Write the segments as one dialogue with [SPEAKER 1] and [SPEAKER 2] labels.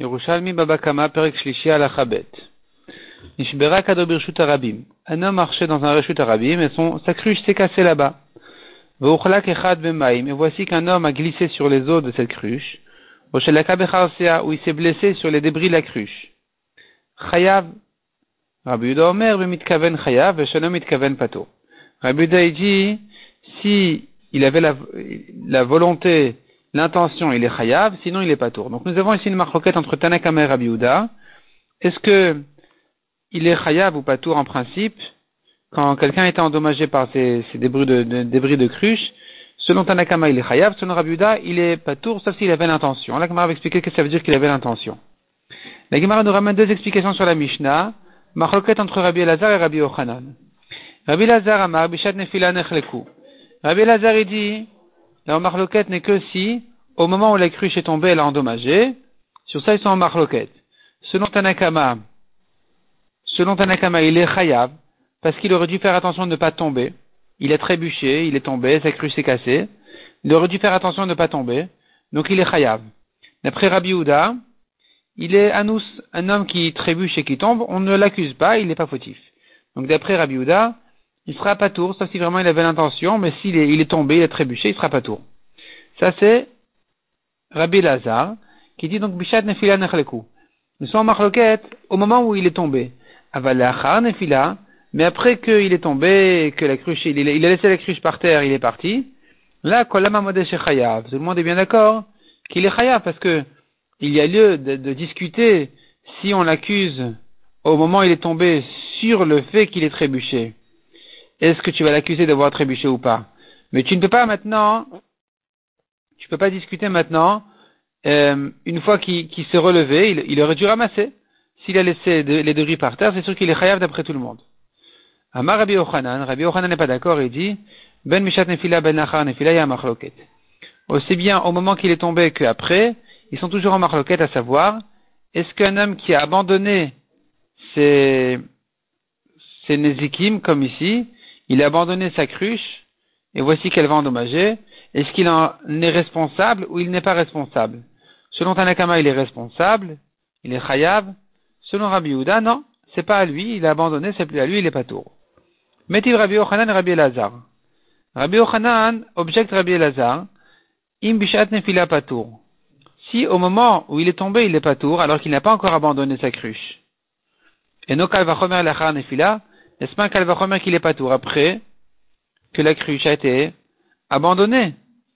[SPEAKER 1] Yerushalmi Baba Kama Perek Shlishi Halacha Bet. Nishbera Kado Birshut Harabim. Un homme marchait dans un Reshut Harabim et sa cruche s'est cassée là-bas. V'uchlak echad b'maim. Et voici qu'un homme a glissé sur les eaux de cette cruche. V'shelaka becharsea, où il s'est blessé sur les débris de la cruche. Chayav. Rabbi Yehuda Omer b'mitkaven chayav v'shalom mitkaven pato. Rabbi Yehuda dit, si il avait la volonté, l'intention, il est chayav, sinon il est patour. Donc nous avons ici une marloquette entre Tanakama et Rabbi Yehuda. Est-ce que il est chayav ou patour en principe quand quelqu'un était endommagé par ces débris de cruche? Selon Tanakama, il est chayav. Selon Rabbi Yehuda, il est patour, sauf s'il avait l'intention. La Gemara va expliquer ce que ça veut dire qu'il avait l'intention. La Gemara nous ramène deux explications sur la Mishnah. Marloquette entre Rabbi Elazar et Rabbi Yochanan. Rabbi Elazar amar bishat nefila nechleku. Rabbi Elazar il dit, la marloquette n'est que si, au moment où la cruche est tombée, elle a endommagé. Sur ça, ils sont en marloquette. Selon Tanakama, il est chayav, parce qu'il aurait dû faire attention de ne pas tomber. Il est trébuché, il est tombé, sa cruche s'est cassée. Il aurait dû faire attention de ne pas tomber. Donc il est chayav. D'après Rabbi Yehuda, il est anous, un homme qui trébuche et qui tombe, on ne l'accuse pas, il n'est pas fautif. Donc d'après Rabbi Yehuda, il sera pas tour, sauf si vraiment il avait l'intention, mais s'il est tombé, il est trébuché, il sera pas tour. Ça c'est Rabbi Elazar, qui dit donc Bishat Nefila Nechleku. Nous sommes en marloquette au moment où il est tombé. Aval Achar Nefila, mais après qu'il est tombé, que la cruche, il a laissé la cruche par terre, il est parti. Là, Kolam Amodeh Chayav. Tout le monde est bien d'accord qu'il est chayav, parce que il y a lieu de discuter si on l'accuse au moment où il est tombé sur le fait qu'il est trébuché. Est-ce que tu vas l'accuser d'avoir trébuché ou pas? Mais tu ne peux pas maintenant, tu peux pas discuter maintenant, une fois qu'il s'est relevé, il aurait dû ramasser. S'il a laissé les débris par terre, c'est sûr qu'il est chayav d'après tout le monde. Amar Rabbi Yochanan n'est pas d'accord, il dit, ben mishat nefila ben nachar nefila ya machloket. Aussi bien au moment qu'il est tombé qu'après, ils sont toujours en machloket, à savoir, est-ce qu'un homme qui a abandonné ses nezikim, comme ici, il a abandonné sa cruche, et voici qu'elle va endommager, est-ce qu'il en est responsable ou il n'est pas responsable? Selon Tanakama, il est responsable, il est chayav. Selon Rabbi Yehuda, non, c'est pas à lui, il a abandonné, c'est plus à lui, il est pas tour. Metiv Rabbi Yochanan et Rabbi Elazar. Rabbi Yochanan objecte Rabbi Elazar, im bishat nefila patour. Si au moment où il est tombé, il est pas tour, alors qu'il n'a pas encore abandonné sa cruche. Et no kalvachomer lachar nefila, n'est-ce pas un kalvachomer qu'il est pas tour après que la cruche a été abandonnée?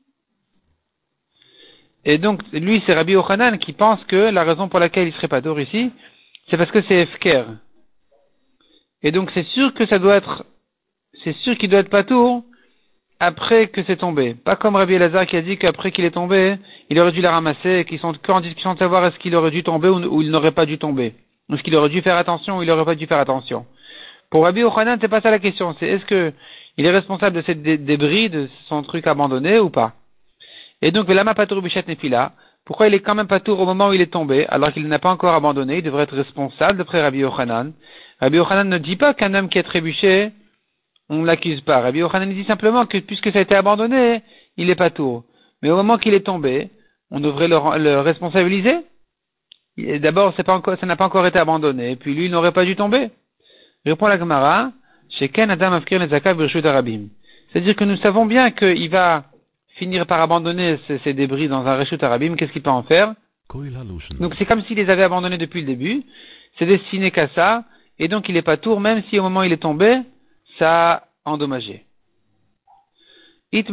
[SPEAKER 1] Et donc, lui, c'est Rabbi Yochanan qui pense que la raison pour laquelle il serait pas tour ici, c'est parce que c'est efker. Et donc, c'est sûr qu'il doit être pas tour après que c'est tombé. Pas comme Rabbi Elazar qui a dit qu'après qu'il est tombé, il aurait dû la ramasser et qu'ils sont en discussion de savoir est-ce qu'il aurait dû tomber ou il n'aurait pas dû tomber. Ou est-ce qu'il aurait dû faire attention ou il n'aurait pas dû faire attention. Pour Rabbi Yochanan, c'est pas ça la question. C'est est-ce que il est responsable de ces débris, de son truc abandonné ou pas? Et donc, Velama Patour Bishat Nefila, pourquoi il est quand même patour au moment où il est tombé, alors qu'il n'a pas encore abandonné, il devrait être responsable d'après Rabbi Yochanan. Rabbi Yochanan ne dit pas qu'un homme qui a trébuché, on ne l'accuse pas. Rabbi Yochanan dit simplement que puisque ça a été abandonné, il est patour. Mais au moment qu'il est tombé, on devrait le responsabiliser. Et d'abord, ça n'a pas encore été abandonné, et puis lui, il n'aurait pas dû tomber. Répond la Gemara, Sheken Adam Afkir Nezakav Birshut Harabim. C'est-à-dire que nous savons bien qu'il va finir par abandonner ces débris dans un Reshut Harabim, qu'est-ce qu'il peut en faire? Donc c'est comme s'il les avait abandonnés depuis le début, c'est destiné qu'à ça, et donc il est pas tour, même si au moment où il est tombé, ça a endommagé. Nous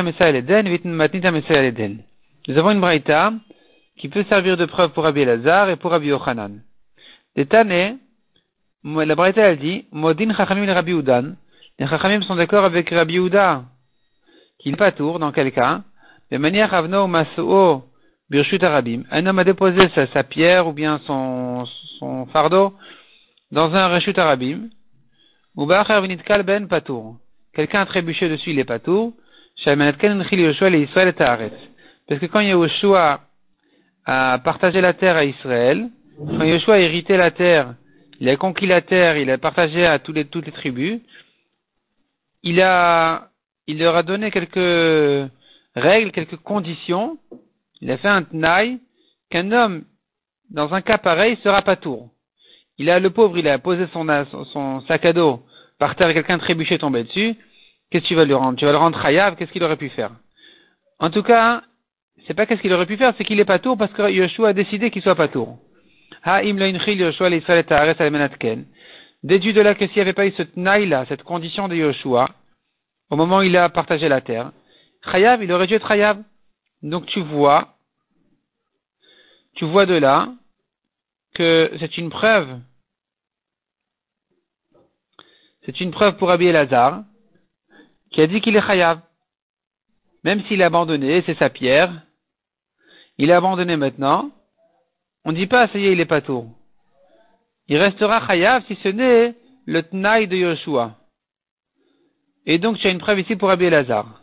[SPEAKER 1] avons une braïta qui peut servir de preuve pour Rabbi Elazar et pour Rabbi Yochanan. Détané, la braïta elle dit, Modin Chachamim et Rabbi Udan, les Chachamim sont d'accord avec Rabbi Yehuda qu'il n'est pas tour, dans quel cas, de manière avno masuo birshut harabim, un homme a déposé sa pierre ou bien son fardeau dans un reshut harabim, ou ba'achar v'nitkal ben patour. Quelqu'un a trébuché dessus, il est patour, sh'almanatken nchil Yoshua le Israël et haaretz. Parce que quand Yoshua a partagé la terre à Israël, quand Yoshua a hérité la terre, il a conquis la terre, il a partagé à toutes les tribus, il leur a donné quelques règles, quelques conditions. Il a fait un tnaï qu'un homme dans un cas pareil, sera patour. Le pauvre, il a posé son sac à dos par terre et quelqu'un trébuché tombé dessus. Qu'est-ce que tu vas lui rendre? Tu vas le rendre chayav, qu'est-ce qu'il aurait pu faire? En tout cas, c'est pas qu'est-ce qu'il aurait pu faire, c'est qu'il est patour parce que Yoshua a décidé qu'il soit patour. Ha'im lo inchil Yoshua l'Israël et haaretz al-menatken. Déduit de là que s'il n'y avait pas eu ce tnaï là, cette condition de Yoshua, au moment où il a partagé la terre, chayav, il aurait dû être chayav. Donc tu vois de là que c'est une preuve pour Rabbi Elazar, qui a dit qu'il est chayav. Même s'il a abandonné, c'est sa pierre, il a abandonné maintenant, on ne dit pas, ça y est, il est patour. Il restera chayav si ce n'est le tnaï de Yoshua. Et donc, tu as une preuve ici pour Rabbi Elazar.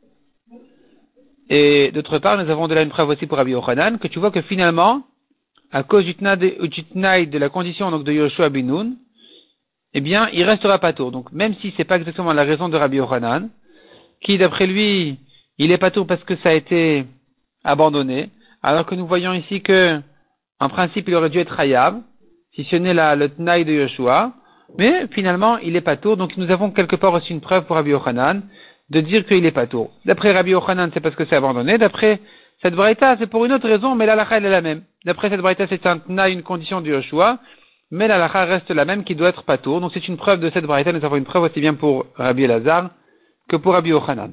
[SPEAKER 1] Et d'autre part, nous avons de là une preuve aussi pour Rabbi Yochanan, que tu vois que finalement, à cause du tnaï de la condition donc de Yoshua bin Nun, eh bien, il restera patour. Donc, même si c'est pas exactement la raison de Rabbi Yochanan, qui d'après lui, il est patour parce que ça a été abandonné, alors que nous voyons ici que, en principe, il aurait dû être chayav, si ce n'est le tnaï de Yoshua, mais finalement, il est patour. Donc, nous avons quelque part aussi une preuve pour Rabbi Yochanan de dire qu'il est patour. D'après Rabbi Yochanan, c'est parce que c'est abandonné. D'après cette braïta, c'est pour une autre raison, mais l'halakha, elle est la même. D'après cette braïta, c'est un tnaï, une condition de Yoshua, mais l'halakha reste la même qui doit être patour. Donc, c'est une preuve de cette braïta. Nous avons une preuve aussi bien pour Rabbi Elazar que pour Rabbi Yochanan.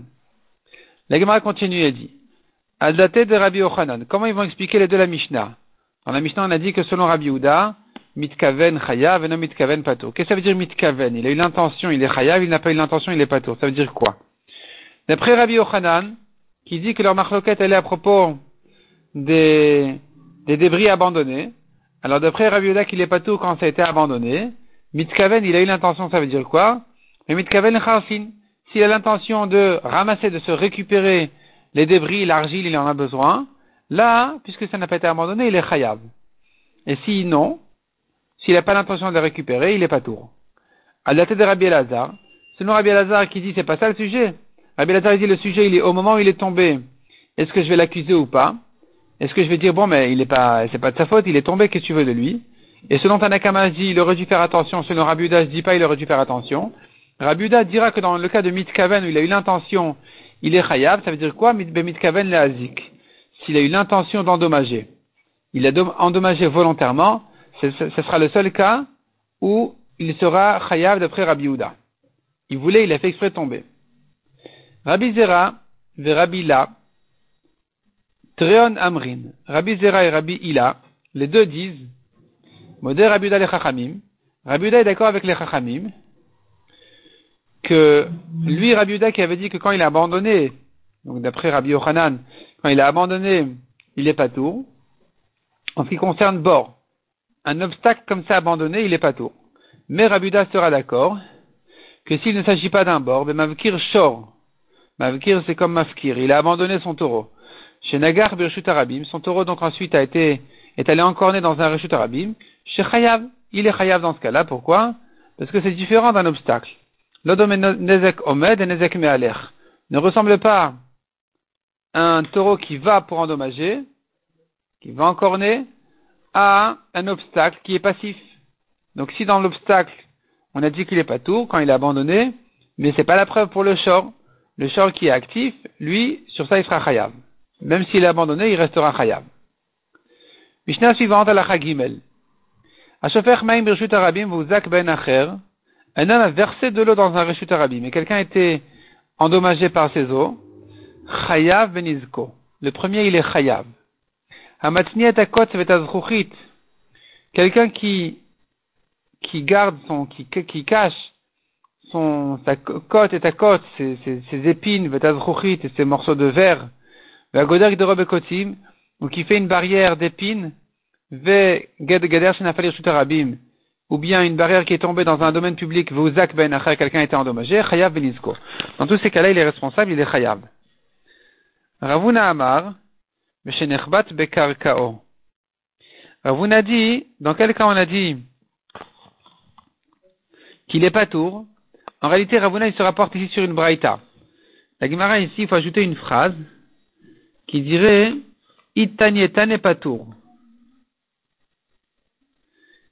[SPEAKER 1] La Gemara continue et dit, Al-Daté de Rabbi Yochanan. Comment ils vont expliquer les deux la Mishnah? Dans la Mishnah, on a dit que selon Rabbi Yehuda, mitkaven chayav et non mitkaven patour. Qu'est-ce que ça veut dire mitkaven? Il a eu l'intention, il est chayav, il n'a pas eu l'intention, il est patour. Ça veut dire quoi? D'après Rabbi Yochanan, qui dit que leur marloquette, elle est à propos des débris abandonnés. Alors d'après Rabbi Yehuda, qu'il est patour quand ça a été abandonné. Mitkaven, il a eu l'intention, ça veut dire quoi? Mais mitkaven charfin. S'il a l'intention de ramasser, de se récupérer les débris, l'argile, il en a besoin. Là, puisque ça n'a pas été abandonné, il est chayav. Et si non, s'il n'a pas l'intention de le récupérer, il est patour. À la tête de Rabbi Elazar, selon Rabbi Elazar qui dit c'est pas ça le sujet. Rabbi Elazar dit le sujet, il est au moment où il est tombé. Est-ce que je vais l'accuser ou pas? Est-ce que je vais dire bon mais c'est pas de sa faute, il est tombé, qu'est-ce que tu veux de lui? Et selon Tanakama dit il aurait dû faire attention, selon Rabbi Yehuda je dis pas il aurait dû faire attention. Rabbi Yehuda dira que dans le cas de mitkaven où il a eu l'intention, il est chayav, ça veut dire quoi? Mitkaven le hazik. S'il a eu l'intention d'endommager, il a endommagé volontairement, ce sera le seul cas où il sera chayav d'après Rabbi Yehuda. Il a fait exprès de tomber. Rabbi Zera ve Rabbi Ila, Treon Amrin, Rabbi Zera et Rabbi Ila, les deux disent, Modé Rabbi Yehuda les Chachamim, Rabbi Yehuda est d'accord avec les Chachamim, que lui, Rabbi Yehuda qui avait dit que quand il a abandonné, donc d'après Rabbi Yochanan, quand il a abandonné, il est patour. En ce qui concerne bord, un obstacle comme ça abandonné, il est patour. Mais Rabbi Yehuda sera d'accord que s'il ne s'agit pas d'un bord, ben Mavkir Shor. Mavkir c'est comme Mafkir, il a abandonné son taureau. Chez Nagar Birshut Arabim, son taureau donc ensuite est allé encorner dans un Reshut Arabim. Chez Chayav, il est Chayav dans ce cas-là, pourquoi? Parce que c'est différent d'un obstacle. L'odom nezek omed et nezek me'aler. Ne ressemble pas à un taureau qui va pour endommager, qui va encorner, à un obstacle qui est passif. Donc si dans l'obstacle, on a dit qu'il est patour quand il est abandonné, mais c'est pas la preuve pour le shor. Le shor qui est actif, lui, sur ça il sera chayav. Même s'il est abandonné, il restera chayav. Mishnah suivante à la chagimel. Ashofech maim birshut arabim v'uzak ben acher. Un homme a versé de l'eau dans un reshut arabim, et quelqu'un a été endommagé par ses eaux. Chayav benizko. Le premier, il est chayav. Hamatni et akot vetazruchit. Quelqu'un qui garde qui cache sa côte et ta côte, ses épines, vetazruchit, et ses morceaux de verre, ve'agoder de robekotim, ou qui fait une barrière d'épines, ve'gader shenafal reshut arabim, ou bien une barrière qui est tombée dans un domaine public, ve'uzak ben acher, quelqu'un a été endommagé, chayav benizko. Dans tous ces cas-là, il est responsable, il est chayav. Ravuna Amar, Meshenechbat Bekarkao. Ravuna dit, dans quel cas on a dit qu'il est patour? En réalité, Ravuna, il se rapporte ici sur une braïta. La Gemara ici, il faut ajouter une phrase qui dirait, Itanietane patour.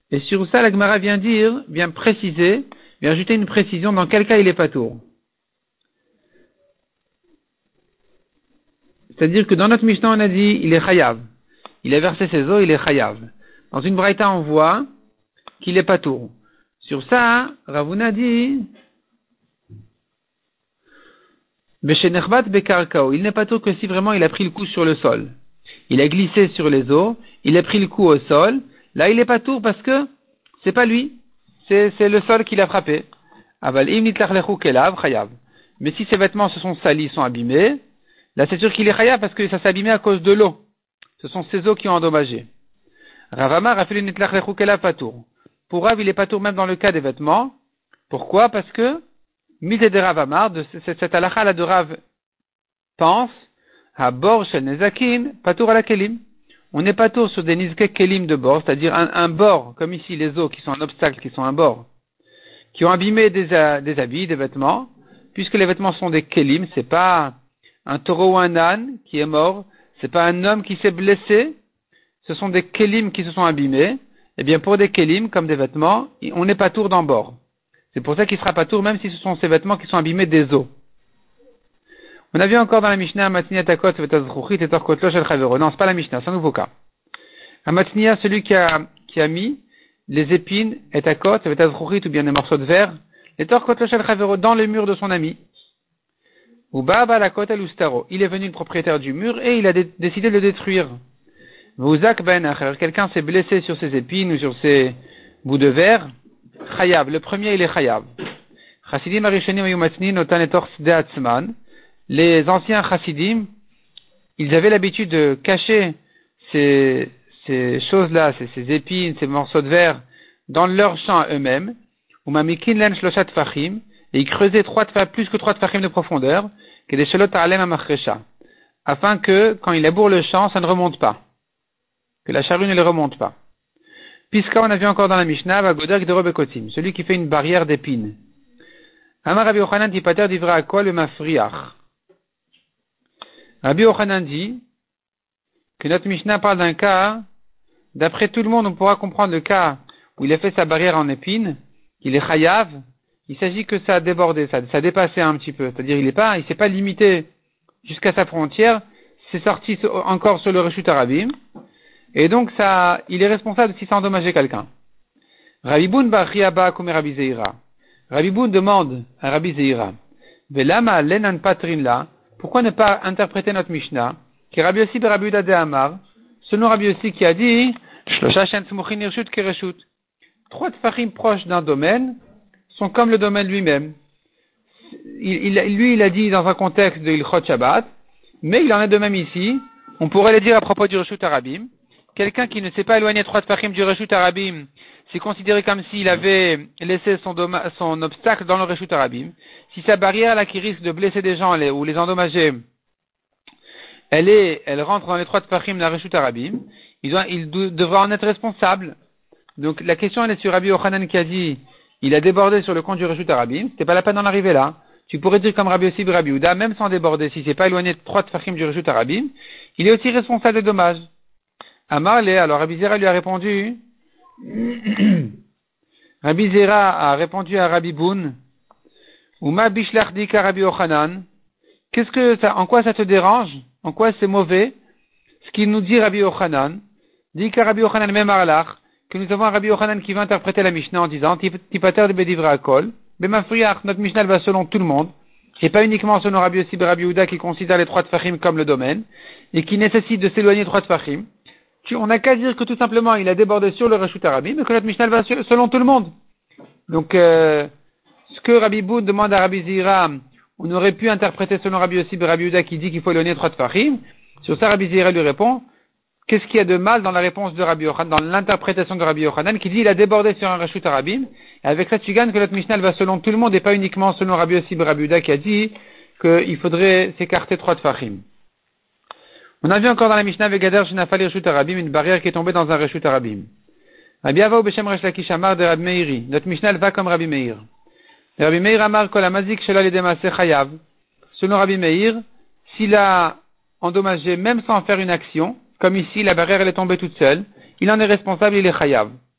[SPEAKER 1] Et sur ça, la Gemara vient préciser, vient ajouter une précision dans quel cas il est patour. C'est-à-dire que dans notre Mishnah, on a dit, il est chayav. Il a versé ses eaux, il est chayav. Dans une braïta, on voit qu'il est patour. Sur ça, Ravuna dit, Beshenechbat bekarkao. Il n'est patour que si vraiment il a pris le coup sur le sol. Il a glissé sur les eaux, il a pris le coup au sol. Là, il est patour parce que c'est pas lui. C'est le sol qui l'a frappé. Aval im nitlachlechu kelav chayav. Mais si ses vêtements se sont salis, sont abîmés, là, c'est sûr qu'il est chayav parce que ça s'est abîmé à cause de l'eau. Ce sont ces eaux qui ont endommagé. Ravamar a fait le nitlachlechu kelav patour. Pour Rav, il est patour même dans le cas des vêtements. Pourquoi? Parce que, Mité de Ravamar, de cette halakha là de Rav, pense, à bor shel nezakin, patour à la kelim. On n'est patour sur des nizke kelim de bord, c'est-à-dire un bord, comme ici les eaux qui sont un obstacle, qui sont un bord, qui ont abîmé des habits, des vêtements, puisque les vêtements sont des kelim, c'est pas un taureau ou un âne qui est mort, c'est pas un homme qui s'est blessé, ce sont des kelim qui se sont abîmés. Eh bien, pour des kelim, comme des vêtements, on n'est pas tour d'en bord. C'est pour ça qu'il sera pas tour, même si ce sont ces vêtements qui sont abîmés des eaux. On a vu encore dans la Mishnah, Amatniya takot vetazruchit et torkotlo shel chavero. Non, c'est pas la Mishnah, c'est un nouveau cas. Amatniya, celui qui a mis les épines et takot vetazruchit ou bien des morceaux de verre, et torkotlo shel chavero dans les murs de son ami. Ou baba la kotel ustaro. Il est venu le propriétaire du mur et il a décidé de le détruire. Vouzak ben acher, quelqu'un s'est blessé sur ses épines ou sur ses bouts de verre. Chayav, le premier il est chayav. Chassidim arishonim ayumatni notan etor sde atzman. Les anciens chassidim, ils avaient l'habitude de cacher ces choses-là, ces épines, ces morceaux de verre, dans leur champ eux-mêmes. Umamikin len shloshat fachim, et ils creusaient plus que 3 tfachim de profondeur, que des shelot ta'alem amachresha, afin que, quand il laboure le champ, ça ne remonte pas. Que la charrue ne les remonte pas. Puisqu'on a vu encore dans la Mishnah, Vagodak de Robekotim, celui qui fait une barrière d'épines. Amar Rabbi Yochanan tipater divra akol le mafriach. Rabbi Yochanan dit que notre Mishnah parle d'un cas, d'après tout le monde, on pourra comprendre le cas où il a fait sa barrière en épines, qu'il est chayav, il s'agit que ça a débordé, ça a dépassé un petit peu. C'est-à-dire, il s'est pas limité jusqu'à sa frontière, c'est sorti encore sur le reshut arabim. Et donc il est responsable si ça a endommagé quelqu'un. Rabbi Boun ba'chiaba comme Rabbi Zeira. Rabbi Boun demande à Rabbi Zeira, Velama lenan patrin la, pourquoi ne pas interpréter notre Mishnah, qui est Rabbi Yossi be Rabbi Yehuda de Amar, selon Rabbi Yossi qui a dit, Shlosha shen smuchin irshut kereshut. 3 tfachim proches d'un domaine sont comme le domaine lui-même. Il a dit dans un contexte de Ilchot Shabbat, mais il en est de même ici. On pourrait le dire à propos du reshut arabim. Quelqu'un qui ne s'est pas éloigné 3 tfachim du reshut arabim, c'est considéré comme s'il avait laissé son obstacle dans le reshut arabim. Si sa barrière là qui risque de blesser des gens ou les endommager, elle rentre dans les 3 tfachim de la reshut arabim, il devra en être responsable. Donc la question elle est sur Rabbi Yochanan qui a dit, il a débordé sur le compte du reshut arabim, c'était pas la peine d'en arriver là. Tu pourrais dire comme Rabbi Yossi be Rabbi Yehuda, même sans déborder, si c'est pas éloigné de 3 tfachim du reshut arabim, il est aussi responsable des dommages. Amarle, alors Rabbi Zera lui a répondu, Rabbi Zera a répondu à Rabbi Boun, Uma bishlachdika Rabbi Yochanan, en quoi ça te dérange? En quoi c'est mauvais? Ce qu'il nous dit Rabbi Yochanan, dit qu'à Rabbi Yochanan même arlach, que nous avons un Rabbi Yochanan qui va interpréter la Mishnah en disant, Tipater de Bedivra Akol, Bemafriach, notre Mishnah va selon tout le monde, et pas uniquement selon Rabbi Yossi be Rabbi Yehuda qui considère les 3 tfachim comme le domaine, et qui nécessite de s'éloigner de 3 tfachim. On n'a qu'à dire que tout simplement il a débordé sur le reshut arabim, mais que notre Mishnah va selon tout le monde. Donc, ce que Rabbi Boud demande à Rabbi Zira, on aurait pu interpréter selon Rabbi Yossi be Rabbi Yehuda qui dit qu'il faut éloigner 3 tfachim. Sur ça, Rabbi Zira lui répond, qu'est-ce qu'il y a de mal dans la réponse de Rabbi Yochanan, dans l'interprétation de Rabbi Yochanan, qui dit il a débordé sur un reshut arabim, et avec ça tu gagnes que notre Mishnah va selon tout le monde et pas uniquement selon Rabbi Yossi be Rabbi Yehuda qui a dit qu'il faudrait s'écarter 3 tfachim. On a vu encore dans la Mishnah Vegader Shenafal Reshut Arabim une barrière qui est tombée dans un Reshut Arabim. Rabbi Ava Beshem Resh Lakish Amar de Rabbi Meiri. Notre Mishnah elle va comme Rabbi Meir. Rabbi Meir Amar Kol Amazik Shela Lidemase Chayav. Selon Rabbi Meir, s'il a endommagé même sans faire une action, comme ici la barrière elle est tombée toute seule, il en est responsable, il est Chayav.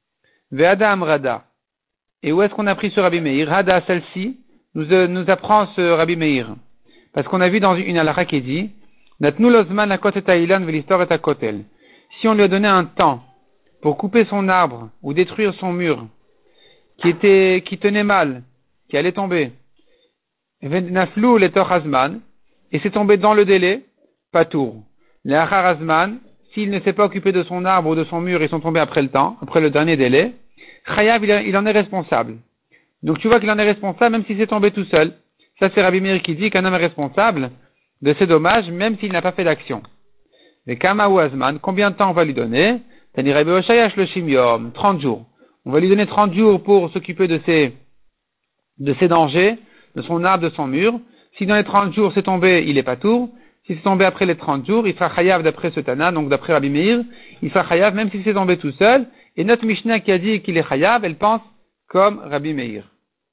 [SPEAKER 1] Ve'ada amrada. Et où est-ce qu'on a pris ce Rabbi Meir? Hada, celle-ci, nous apprend ce Rabbi Meir. Parce qu'on a vu dans une halakha qui dit, Natnu lozman la kotet ha'ilan ve'listor et kotel. Si on lui a donné un temps pour couper son arbre ou détruire son mur, qui tenait mal, qui allait tomber, Naflu letoch hazman, et c'est tombé dans le délai, patour. Le'achar hazman, s'il ne s'est pas occupé de son arbre ou de son mur, ils sont tombés après le temps, après le dernier délai, Chayav, il en est responsable. Donc tu vois qu'il en est responsable même si c'est tombé tout seul. Ça c'est Rabbi Meir qui dit qu'un homme est responsable de ces dommages même s'il n'a pas fait d'action. Mais Kama ou Azman, combien de temps on va lui donner? Tani Rabbi Oshayash le Shimiom, 30 jours. On va lui donner 30 jours pour s'occuper de ses dangers, de son arbre, de son mur. Si dans les 30 jours c'est tombé, il est pas tour. Si c'est tombé après les 30 jours, il fera Chayav d'après ce Tana, donc d'après Rabbi Meir, il fera Chayav même si c'est tombé tout seul. Et notre Mishnah qui a dit qu'il est Chayav, elle pense comme Rabbi Meir.